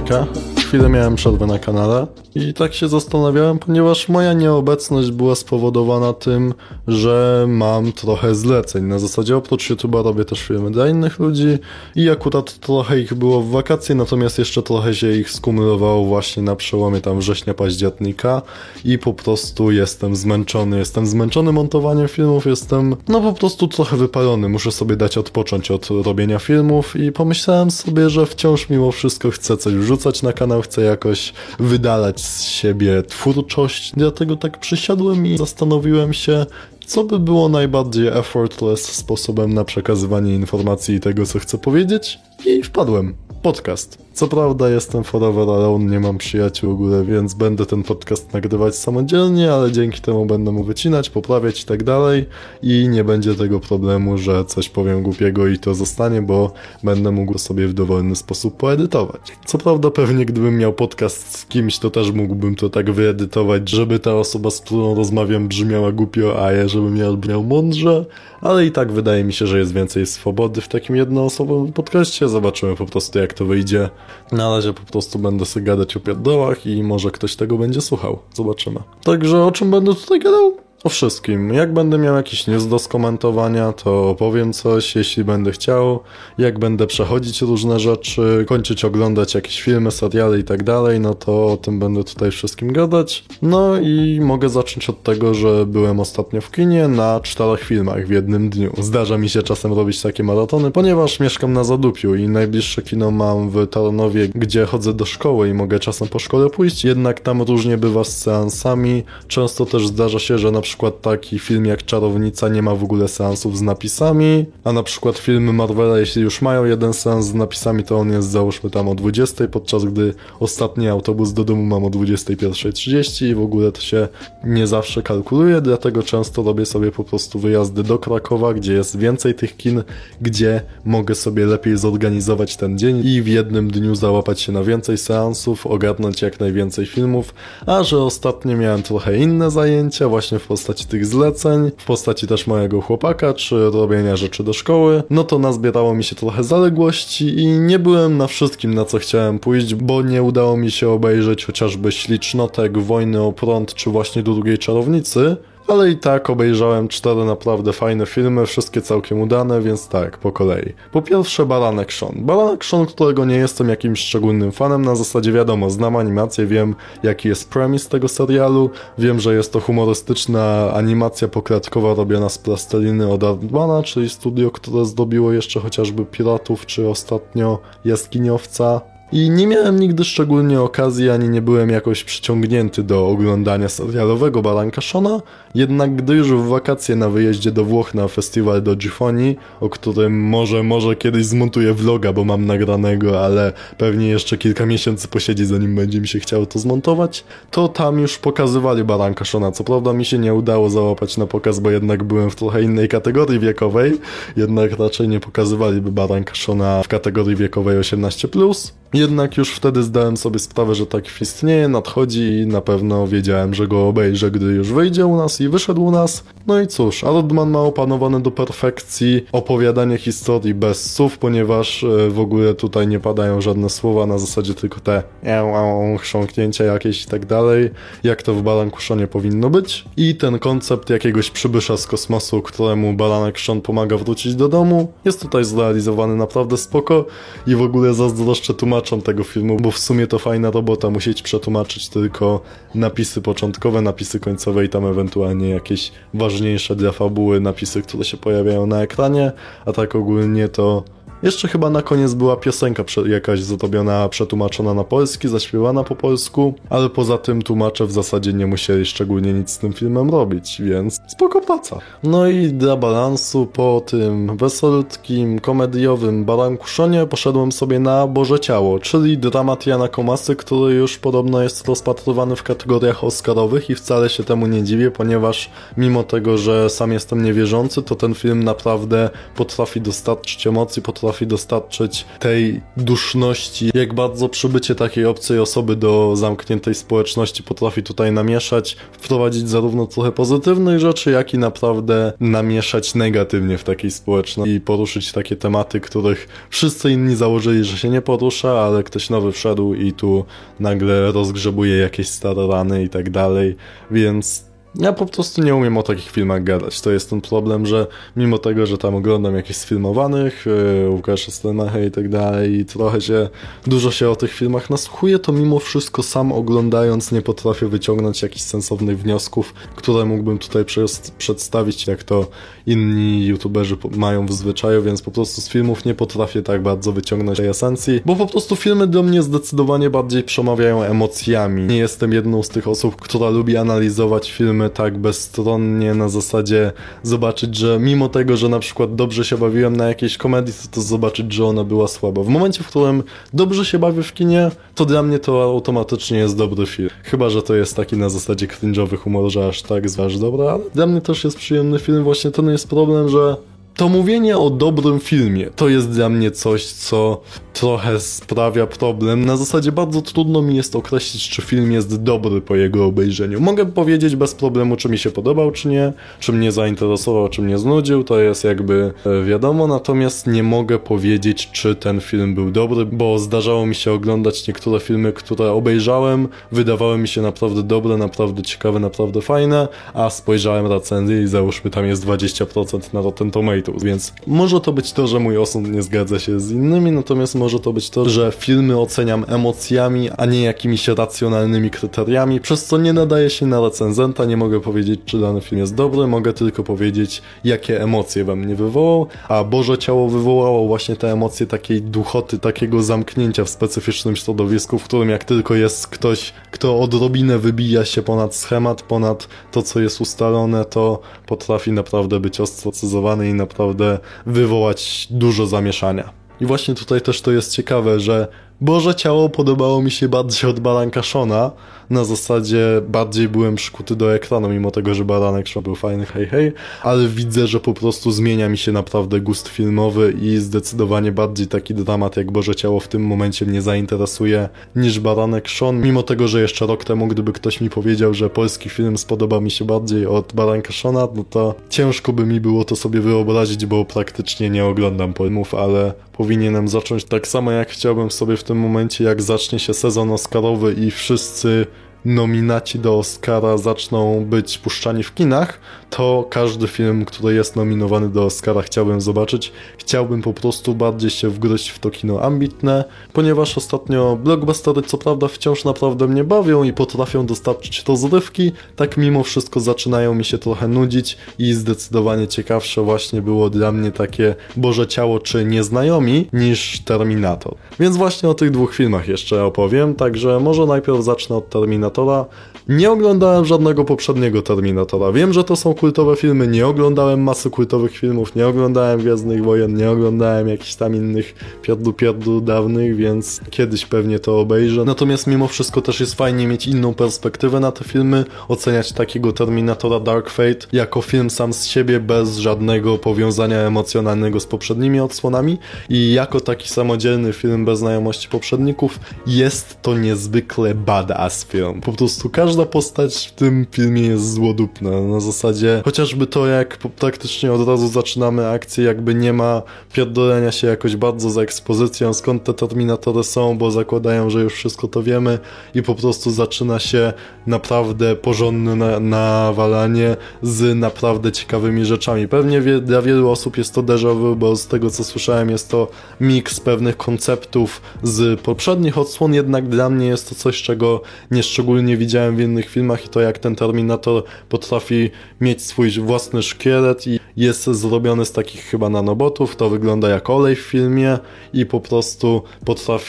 odcinka. Chwilę miałem przerwę na kanale i tak się zastanawiałem, ponieważ moja nieobecność była spowodowana tym, że mam trochę zleceń. Na zasadzie oprócz YouTube'a robię też filmy dla innych ludzi i akurat trochę ich było w wakacje, natomiast jeszcze trochę się ich skumulowało właśnie na przełomie tam września, października i po prostu jestem zmęczony montowaniem filmów, jestem po prostu trochę wypalony, muszę sobie dać odpocząć od robienia filmów i pomyślałem sobie, że wciąż mimo wszystko chcę coś wrzucać na kanał, chcę jakoś wydalać z siebie twórczość, dlatego tak przysiadłem i zastanowiłem się, co by było najbardziej effortless sposobem na przekazywanie informacji i tego, co chcę powiedzieć, i wpadłem. Podcast. Co prawda jestem forever alone, nie mam przyjaciół w ogóle, więc będę ten podcast nagrywać samodzielnie, ale dzięki temu będę mu wycinać, poprawiać i tak dalej i nie będzie tego problemu, że coś powiem głupiego i to zostanie, bo będę mógł sobie w dowolny sposób poedytować. Co prawda pewnie gdybym miał podcast z kimś, to też mógłbym to tak wyedytować, żeby ta osoba, z którą rozmawiam, brzmiała głupio, a ja żebym ja brzmiał mądrze, ale i tak wydaje mi się, że jest więcej swobody w takim jednoosobowym podcaście. Zobaczymy po prostu, jak to wyjdzie. Na razie po prostu będę sobie gadać o pierdołach i może ktoś tego będzie słuchał. Zobaczymy. Także o czym będę tutaj gadał? O wszystkim. Jak będę miał jakiś news do skomentowania, to opowiem coś, jeśli będę chciał. Jak będę przechodzić różne rzeczy, kończyć oglądać jakieś filmy, seriale i tak dalej, no to o tym będę tutaj wszystkim gadać. No i mogę zacząć od tego, że byłem ostatnio w kinie na 4 filmach w jednym dniu. Zdarza mi się czasem robić takie maratony, ponieważ mieszkam na Zadupiu i najbliższe kino mam w Tarnowie, gdzie chodzę do szkoły i mogę czasem po szkole pójść, jednak tam różnie bywa z seansami. Często też zdarza się, że na przykład taki film jak Czarownica nie ma w ogóle seansów z napisami, a na przykład filmy Marvela, jeśli już mają jeden seans z napisami, to on jest załóżmy tam o 20, podczas gdy ostatni autobus do domu mam o 21:30 i w ogóle to się nie zawsze kalkuluje, dlatego często robię sobie po prostu wyjazdy do Krakowa, gdzie jest więcej tych kin, gdzie mogę sobie lepiej zorganizować ten dzień i w jednym dniu załapać się na więcej seansów, ogarnąć jak najwięcej filmów, a że ostatnio miałem trochę inne zajęcia właśnie w postaci tych zleceń, w postaci też mojego chłopaka, czy robienia rzeczy do szkoły, no to nazbierało mi się trochę zaległości i nie byłem na wszystkim, na co chciałem pójść, bo nie udało mi się obejrzeć chociażby Ślicznotek, Wojny o prąd, czy właśnie Drugiej Czarownicy, ale i tak obejrzałem 4 naprawdę fajne filmy, wszystkie całkiem udane, więc tak, po kolei. Po pierwsze Baranek Sean. Baranek Sean, którego nie jestem jakimś szczególnym fanem, na zasadzie wiadomo, znam animację, wiem jaki jest premise tego serialu, wiem, że jest to humorystyczna animacja poklatkowa robiona z plasteliny od Aardmana, czyli studio, które zdobiło jeszcze chociażby Piratów, czy ostatnio Jaskiniowca. I nie miałem nigdy szczególnie okazji, ani nie byłem jakoś przyciągnięty do oglądania serialowego Baranka Seana, jednak gdy już w wakacje na wyjeździe do Włoch na festiwal do Gifonii, o którym może kiedyś zmontuję vloga, bo mam nagranego, ale pewnie jeszcze kilka miesięcy posiedzi, zanim będzie mi się chciało to zmontować, to tam już pokazywali Baranka Seana. Co prawda mi się nie udało załapać na pokaz, bo jednak byłem w trochę innej kategorii wiekowej, jednak raczej nie pokazywaliby Baranka Seana w kategorii wiekowej 18+. Jednak już wtedy zdałem sobie sprawę, że taki film istnieje, nadchodzi i na pewno wiedziałem, że go obejrzę, gdy już wyjdzie u nas i wyszedł u nas. No i cóż, Aardman ma opanowane do perfekcji opowiadanie historii bez słów, ponieważ w ogóle tutaj nie padają żadne słowa, na zasadzie tylko te chrząknięcia jakieś i tak dalej, jak to w Baranku Seanie powinno być. I ten koncept jakiegoś przybysza z kosmosu, któremu Baranek Sean pomaga wrócić do domu, jest tutaj zrealizowany naprawdę spoko i w ogóle zazdroszczę tłumaczom tego filmu, bo w sumie to fajna robota, musieć przetłumaczyć tylko napisy początkowe, napisy końcowe i tam ewentualnie jakieś ważniejsze dla fabuły napisy, które się pojawiają na ekranie, a tak ogólnie to jeszcze chyba na koniec była piosenka jakaś zrobiona, przetłumaczona na polski, zaśpiewana po polsku, ale poza tym tłumacze w zasadzie nie musieli szczególnie nic z tym filmem robić, więc spoko praca. No i dla balansu po tym weselutkim, komediowym Baranku Seanie poszedłem sobie na Boże Ciało, czyli dramat Jana Komasy, który już podobno jest rozpatrywany w kategoriach oscarowych i wcale się temu nie dziwię, ponieważ mimo tego, że sam jestem niewierzący, to ten film naprawdę potrafi dostarczyć emocji, potrafi potrafi dostarczyć tej duszności, jak bardzo przybycie takiej obcej osoby do zamkniętej społeczności potrafi tutaj namieszać, wprowadzić zarówno trochę pozytywnych rzeczy, jak i naprawdę namieszać negatywnie w takiej społeczności i poruszyć takie tematy, których wszyscy inni założyli, że się nie porusza, ale ktoś nowy wszedł i tu nagle rozgrzebuje jakieś stare rany i tak dalej, więc ja po prostu nie umiem o takich filmach gadać. To jest ten problem, że mimo tego, że tam oglądam jakichś sfilmowanych, Łukasza Stelmacha i tak dalej i trochę dużo się o tych filmach nasłuchuję, to mimo wszystko sam oglądając nie potrafię wyciągnąć jakichś sensownych wniosków, które mógłbym tutaj przedstawić, jak to inni youtuberzy mają w zwyczaju, więc po prostu z filmów nie potrafię tak bardzo wyciągnąć tej esencji, bo po prostu filmy do mnie zdecydowanie bardziej przemawiają emocjami. Nie jestem jedną z tych osób, która lubi analizować filmy tak bezstronnie, na zasadzie zobaczyć, że mimo tego, że na przykład dobrze się bawiłem na jakiejś komedii, to zobaczyć, że ona była słaba. W momencie, w którym dobrze się bawię w kinie, to dla mnie to automatycznie jest dobry film. Chyba że to jest taki na zasadzie cringe'owy humor, że aż tak zważ dobra, ale dla mnie też jest przyjemny film. Właśnie ten jest problem, że to mówienie o dobrym filmie to jest dla mnie coś, co trochę sprawia problem. Na zasadzie bardzo trudno mi jest określić, czy film jest dobry po jego obejrzeniu. Mogę powiedzieć bez problemu, czy mi się podobał, czy nie, czy mnie zainteresował, czy mnie znudził, to jest jakby wiadomo, natomiast nie mogę powiedzieć, czy ten film był dobry, bo zdarzało mi się oglądać niektóre filmy, które obejrzałem, wydawały mi się naprawdę dobre, naprawdę ciekawe, naprawdę fajne, a spojrzałem recenzję i załóżmy tam jest 20% na Rotten Tomatoes, więc może to być to, że mój osąd nie zgadza się z innymi, natomiast może to być to, że filmy oceniam emocjami, a nie jakimiś racjonalnymi kryteriami, przez co nie nadaje się na recenzenta, nie mogę powiedzieć, czy dany film jest dobry, mogę tylko powiedzieć, jakie emocje we mnie wywołał, a Boże Ciało wywołało właśnie te emocje takiej duchoty, takiego zamknięcia w specyficznym środowisku, w którym jak tylko jest ktoś, kto odrobinę wybija się ponad schemat, ponad to, co jest ustalone, to potrafi naprawdę być ostracyzowany i naprawdę wywołać dużo zamieszania. I właśnie tutaj też to jest ciekawe, że Boże Ciało podobało mi się bardziej od Baranka Shona, na zasadzie bardziej byłem przykuty do ekranu, mimo tego, że Baranek Shon był fajny, hej, ale widzę, że po prostu zmienia mi się naprawdę gust filmowy i zdecydowanie bardziej taki dramat jak Boże Ciało w tym momencie mnie zainteresuje niż Baranek Shon, mimo tego, że jeszcze rok temu, gdyby ktoś mi powiedział, że polski film spodoba mi się bardziej od Baranka Shona, no to ciężko by mi było to sobie wyobrazić, bo praktycznie nie oglądam filmów, ale powinienem zacząć tak samo jak chciałbym sobie w tym momencie, jak zacznie się sezon oscarowy i wszyscy nominaci do Oscara zaczną być puszczani w kinach, to każdy film, który jest nominowany do Oscara chciałbym zobaczyć. Chciałbym po prostu bardziej się wgryźć w to kino ambitne, ponieważ ostatnio blockbustery co prawda wciąż naprawdę mnie bawią i potrafią dostarczyć rozrywki, tak mimo wszystko zaczynają mi się trochę nudzić i zdecydowanie ciekawsze właśnie było dla mnie takie Boże Ciało czy Nieznajomi niż Terminator. Więc właśnie o tych dwóch filmach jeszcze opowiem, także może najpierw zacznę od Terminatora. Nie oglądałem żadnego poprzedniego Terminatora. Wiem, że to są kultowe filmy, nie oglądałem masy kultowych filmów, nie oglądałem Gwiezdnych Wojen, nie oglądałem jakichś tam innych pierdół dawnych, więc kiedyś pewnie to obejrzę. Natomiast mimo wszystko też jest fajnie mieć inną perspektywę na te filmy, oceniać takiego Terminatora Dark Fate jako film sam z siebie, bez żadnego powiązania emocjonalnego z poprzednimi odsłonami i jako taki samodzielny film bez znajomości poprzedników jest to niezwykle badass film. Po prostu każda postać w tym filmie jest złodupna. Na zasadzie chociażby to, jak praktycznie od razu zaczynamy akcję, jakby nie ma pierdolenia się jakoś bardzo za ekspozycją, skąd te Terminatory są, bo zakładają, że już wszystko to wiemy i po prostu zaczyna się naprawdę porządne nawalanie z naprawdę ciekawymi rzeczami. Pewnie dla wielu osób jest to déjà vu, bo z tego co słyszałem jest to miks pewnych konceptów z poprzednich odsłon, jednak dla mnie jest to coś, czego nie szczególnie widziałem w innych filmach i to jak ten Terminator potrafi mieć swój własny szkielet i jest zrobiony z takich chyba nanobotów, to wygląda jak olej w filmie i po prostu potrafi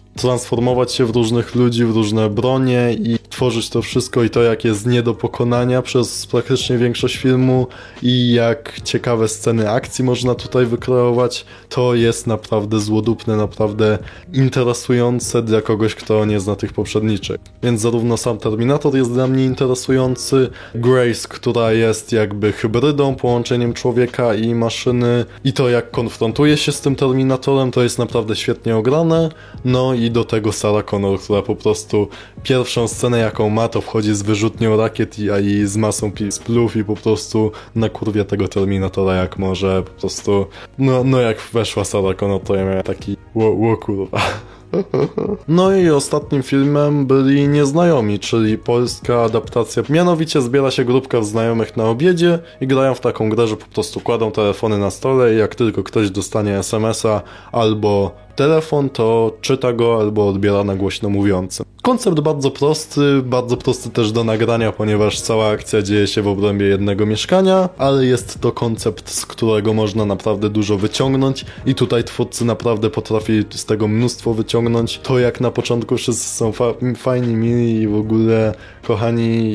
transformować się w różnych ludzi, w różne bronie i tworzyć to wszystko i to jak jest nie do pokonania przez praktycznie większość filmu i jak ciekawe sceny akcji można tutaj wykreować, to jest naprawdę złodupne, naprawdę interesujące dla kogoś, kto nie zna tych poprzedniczych. Więc zarówno sam Terminator jest dla mnie interesujący, Grace, która jest jakby hybrydą, połączeniem człowieka i maszyny i to jak konfrontuje się z tym Terminatorem, to jest naprawdę świetnie ograne, no i do tego Sarah Connor, która po prostu pierwszą scenę jaką ma, to wchodzi z wyrzutnią rakiet i z masą splów i po prostu nakurwia tego Terminatora jak może, po prostu no jak weszła Sarah Connor, to ja miałem taki kurwa. No i ostatnim filmem byli Nieznajomi, czyli polska adaptacja. Mianowicie zbiera się grupka znajomych na obiedzie i grają w taką grę, że po prostu kładą telefony na stole i jak tylko ktoś dostanie SMS-a albo telefon, to czyta go albo odbiera na głośno mówiącym. Koncept bardzo prosty też do nagrania, ponieważ cała akcja dzieje się w obrębie jednego mieszkania, ale jest to koncept, z którego można naprawdę dużo wyciągnąć i tutaj twórcy naprawdę potrafili z tego mnóstwo wyciągnąć. To jak na początku wszyscy są fajni, mili i w ogóle kochani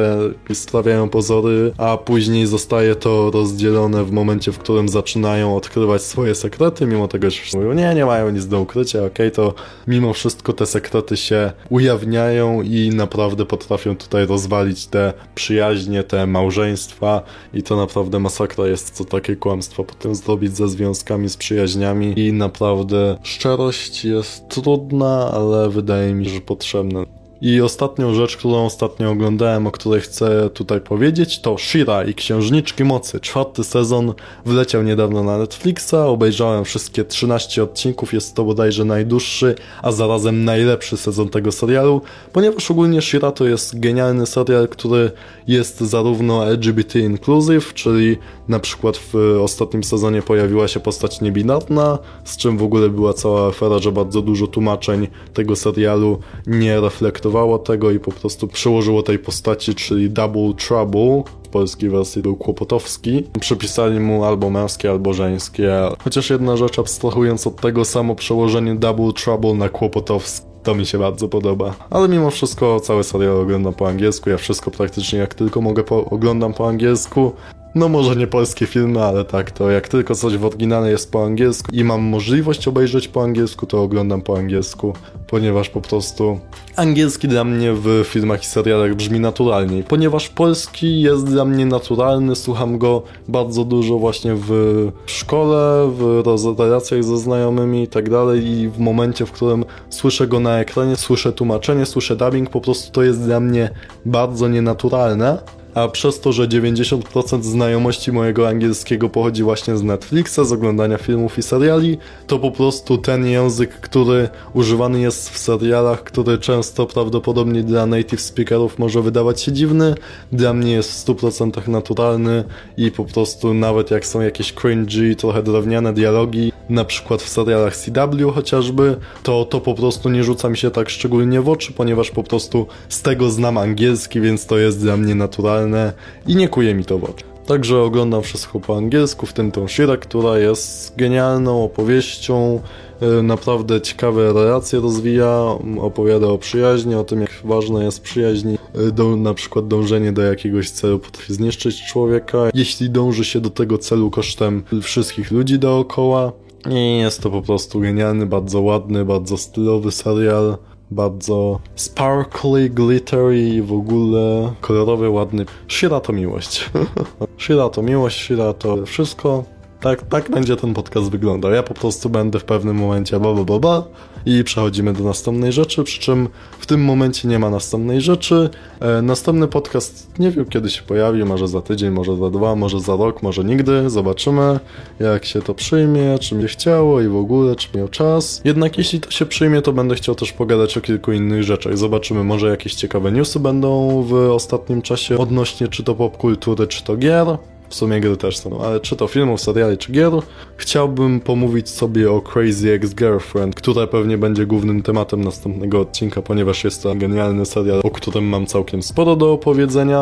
i sprawiają pozory, a później zostaje to rozdzielone w momencie, w którym zaczynają odkrywać swoje sekrety, mimo tego, że wszyscy mówią, nie mają nic do ukrycia, to mimo wszystko te sekrety się ujawniają i naprawdę potrafią tutaj rozwalić te przyjaźnie, te małżeństwa i to naprawdę masakra jest, co takie kłamstwa potem zrobić ze związkami, z przyjaźniami i naprawdę szczerość jest trudna, ale wydaje mi się, że potrzebna. I ostatnią rzecz, którą ostatnio oglądałem, o której chcę tutaj powiedzieć, to She-Ra i Księżniczki Mocy. 4. sezon wleciał niedawno na Netflixa, obejrzałem wszystkie 13 odcinków, jest to bodajże najdłuższy, a zarazem najlepszy sezon tego serialu, ponieważ ogólnie She-Ra to jest genialny serial, który jest zarówno LGBT inclusive, czyli na przykład w ostatnim sezonie pojawiła się postać niebinarna, z czym w ogóle była cała afera, że bardzo dużo tłumaczeń tego serialu nie reflektowało tego i po prostu przełożyło tej postaci, czyli Double Trouble, w polskiej wersji był Kłopotowski, przypisali mu albo męskie, albo żeńskie, chociaż jedna rzecz, abstrahując od tego, samo przełożenie Double Trouble na Kłopotowski, to mi się bardzo podoba. Ale mimo wszystko cały serial oglądam po angielsku, ja wszystko praktycznie jak tylko mogę oglądam po angielsku. No może nie polskie filmy, ale tak, to jak tylko coś w oryginale jest po angielsku i mam możliwość obejrzeć po angielsku, to oglądam po angielsku, ponieważ po prostu angielski dla mnie w filmach i serialach brzmi naturalniej, ponieważ polski jest dla mnie naturalny, słucham go bardzo dużo właśnie w szkole, w relacjach ze znajomymi i tak dalej i w momencie, w którym słyszę go na ekranie, słyszę tłumaczenie, słyszę dubbing, po prostu to jest dla mnie bardzo nienaturalne. A przez to, że 90% znajomości mojego angielskiego pochodzi właśnie z Netflixa, z oglądania filmów i seriali, to po prostu ten język, który używany jest w serialach, który często prawdopodobnie dla native speakerów może wydawać się dziwny, dla mnie jest w 100% naturalny i po prostu nawet jak są jakieś cringy, trochę drewniane dialogi, na przykład w serialach CW chociażby, to po prostu nie rzuca mi się tak szczególnie w oczy, ponieważ po prostu z tego znam angielski, więc to jest dla mnie naturalne i nie kuje mi to w oczy. Także oglądam wszystko po angielsku, w tym tą She-Ra, która jest genialną opowieścią, naprawdę ciekawe relacje rozwija, opowiada o przyjaźni, o tym jak ważna jest przyjaźń, na przykład dążenie do jakiegoś celu potrafi zniszczyć człowieka, jeśli dąży się do tego celu kosztem wszystkich ludzi dookoła. I jest to po prostu genialny, bardzo ładny, bardzo stylowy serial. Bardzo sparkly, glittery i w ogóle kolorowy, ładny. She-Ra to miłość. She-Ra to miłość, She-Ra to wszystko. Tak będzie ten podcast wyglądał. Ja po prostu będę w pewnym momencie i przechodzimy do następnej rzeczy, przy czym w tym momencie nie ma następnej rzeczy. Następny podcast nie wiem kiedy się pojawi, może za tydzień, może za 2, może za rok, może nigdy. Zobaczymy jak się to przyjmie, czy mnie chciało i w ogóle, czy miał czas. Jednak jeśli to się przyjmie, to będę chciał też pogadać o kilku innych rzeczach. Zobaczymy, może jakieś ciekawe newsy będą w ostatnim czasie odnośnie czy to popkultury, czy to gier. W sumie gry też są, ale czy to filmów, seriali, czy gier. Chciałbym pomówić sobie o Crazy Ex-Girlfriend, która pewnie będzie głównym tematem następnego odcinka, ponieważ jest to genialny serial, o którym mam całkiem sporo do opowiedzenia.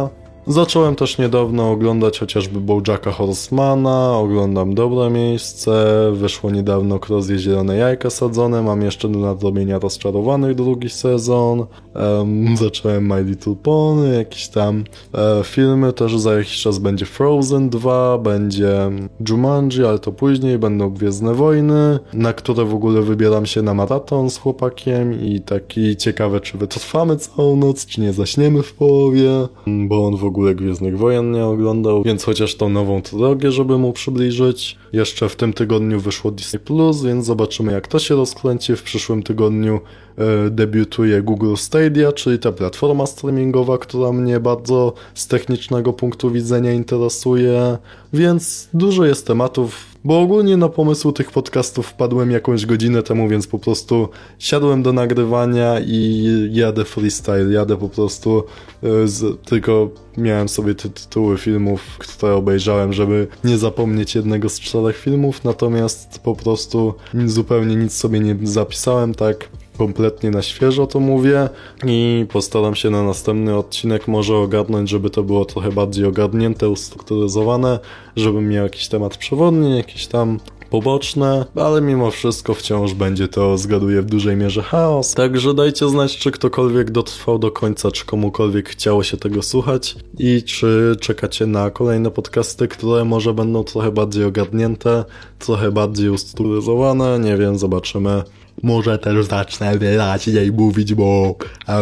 Zacząłem też niedawno oglądać chociażby BoJacka Horsemana, oglądam Dobre Miejsce, wyszło niedawno Krozje Zielone Jajka Sadzone, mam jeszcze do nadrobienia Rozczarowanych drugi sezon, zacząłem My Little Pony, jakieś tam filmy, też za jakiś czas będzie Frozen 2, będzie Jumanji, ale to później, będą Gwiezdne Wojny, na które w ogóle wybieram się na maraton z chłopakiem i taki ciekawe, czy wytrwamy całą noc, czy nie zaśniemy w połowie, bo on w ogóle Gwiezdnych Wojen nie oglądał, więc chociaż tą nową trylogię, żeby mu przybliżyć. Jeszcze w tym tygodniu wyszło Disney+, więc zobaczymy, jak to się rozkręci. W przyszłym tygodniu debiutuje Google Stadia, czyli ta platforma streamingowa, która mnie bardzo z technicznego punktu widzenia interesuje, więc dużo jest tematów, bo ogólnie na pomysł tych podcastów wpadłem jakąś godzinę temu, więc po prostu siadłem do nagrywania i jadę freestyle, jadę po prostu, tylko miałem sobie te tytuły filmów, które obejrzałem, żeby nie zapomnieć jednego z 4 filmów, natomiast po prostu zupełnie nic sobie nie zapisałem, tak kompletnie na świeżo to mówię i postaram się na następny odcinek może ogarnąć, żeby to było trochę bardziej ogarnięte, ustrukturyzowane, żebym miał jakiś temat przewodni, jakieś tam poboczne, ale mimo wszystko wciąż będzie to, zgaduję, w dużej mierze chaos. Także dajcie znać, czy ktokolwiek dotrwał do końca, czy komukolwiek chciało się tego słuchać i czy czekacie na kolejne podcasty, które może będą trochę bardziej ogarnięte, trochę bardziej ustrukturyzowane, nie wiem, zobaczymy. Może też zacznę wyraźniej mówić, bo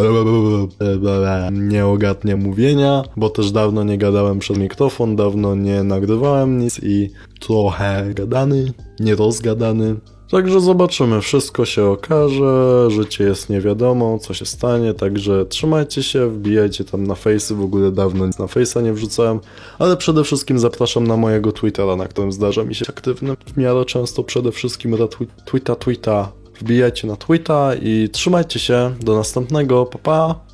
nie ogarnię mówienia, bo też dawno nie gadałem przez mikrofon, dawno nie nagrywałem nic i trochę gadany, nierozgadany. Także zobaczymy, wszystko się okaże, życie jest niewiadomo, co się stanie, także trzymajcie się, wbijajcie tam na fejsy, w ogóle dawno nic na fejsa nie wrzucałem, ale przede wszystkim zapraszam na mojego Twittera, na którym zdarza mi się aktywny w miarę często, przede wszystkim Wbijajcie na Twitta i trzymajcie się, do następnego, pa pa!